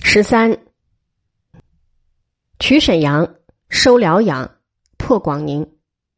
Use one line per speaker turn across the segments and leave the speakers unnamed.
13. 取沈阳，收辽阳，破广宁。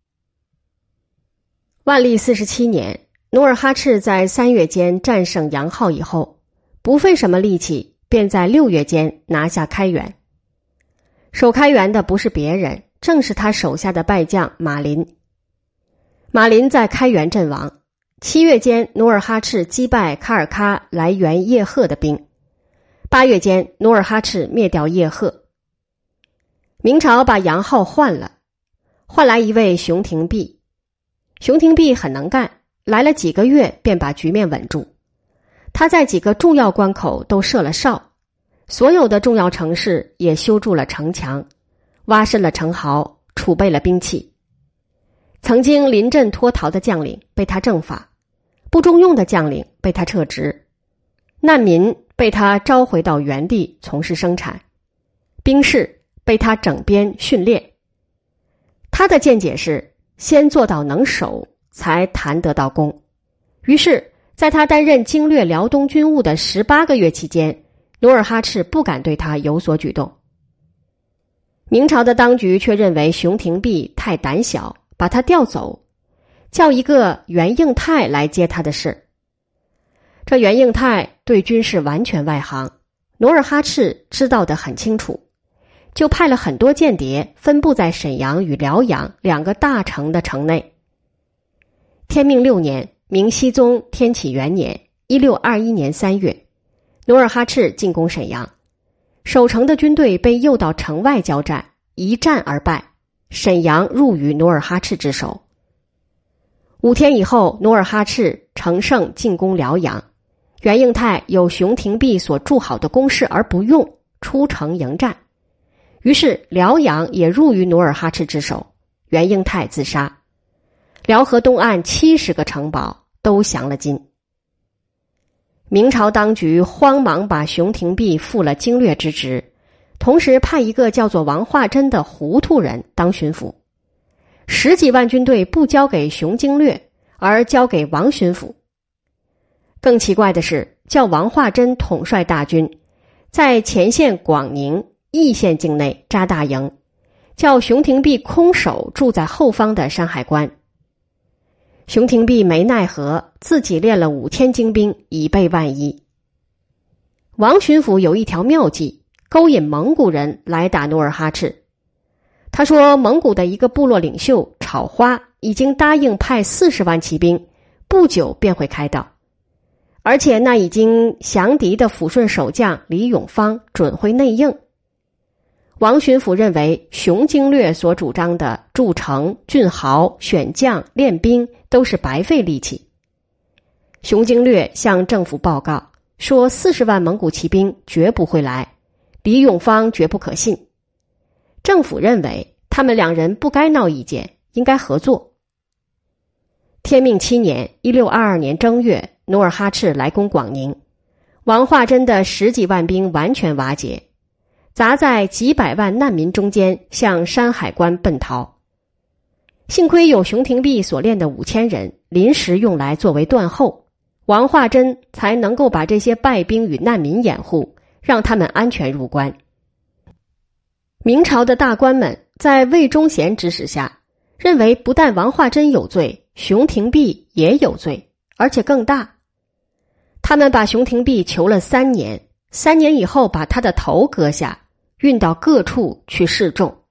万历47年，努尔哈赤在3月间战胜杨浩以后，不费什么力气，便在6月间拿下开原。守开原的不是别人，正是他手下的败将马林。马林在开原阵亡。7月间，努尔哈赤击败卡尔喀来援叶赫的兵。8月间，努尔哈赤灭掉叶赫。明朝把杨浩换了，换来一位熊廷弼。熊廷弼很能干，来了几个月便把局面稳住。他在几个重要关口都设了哨，所有的重要城市也修筑了城墙，挖深了城壕，储备了兵器。曾经临阵脱逃的将领被他正法，不中用的将领被他撤职，难民被他召回到原地从事生产，兵士被他整编训练。他的见解是先做到能守，才谈得到功。于是在他担任经略辽东军务的18个月期间，努尔哈赤不敢对他有所举动。明朝的当局却认为熊廷弼太胆小，把他调走，叫一个袁应泰来接他的事。这袁应泰对军事完全外行，努尔哈赤知道得很清楚，就派了很多间谍分布在沈阳与辽阳2个大城的城内。天命6年，明熹宗天启元年1621年3月，努尔哈赤进攻沈阳，守城的军队被诱到城外交战，一战而败，沈阳入于努尔哈赤之手。5天以后，努尔哈赤乘胜进攻辽阳，袁应泰有熊廷弼所筑好的工事而不用，出城迎战，于是辽阳也入于努尔哈赤之手，袁应泰自杀。辽河东岸70个城堡都降了金。明朝当局慌忙把熊廷弼复了经略之职，同时派一个叫做王化贞的糊涂人当巡抚。10几万军队不交给熊经略，而交给王巡抚。更奇怪的是，叫王化贞统帅大军，在前线广宁、义县境内扎大营，叫熊廷弼空手住在后方的山海关。熊廷弼没奈何，自己练了5天精兵，以备万一。王巡抚有一条妙计，勾引蒙古人来打努尔哈赤。他说蒙古的一个部落领袖草花已经答应派40万骑兵，不久便会开道，而且那已经降敌的抚顺守将李永芳准会内应。王巡抚认为熊经略所主张的筑城、郡豪、选将、练兵都是白费力气。熊经略向政府报告说40万蒙古骑兵绝不会来，李永芳绝不可信。政府认为他们2人不该闹意见，应该合作。天命7年1622年正月，努尔哈赤来攻广宁，王化贞的10几万兵完全瓦解，砸在几百万难民中间，向山海关奔逃。幸亏有熊廷弼所练的5000人临时用来作为断后，王化贞才能够把这些败兵与难民掩护，让他们安全入关。明朝的大官们在魏忠贤指使下，认为不但王化贞有罪，熊廷弼也有罪，而且更大。他们把熊廷弼囚了3年，3年以后把他的头割下，运到各处去示众。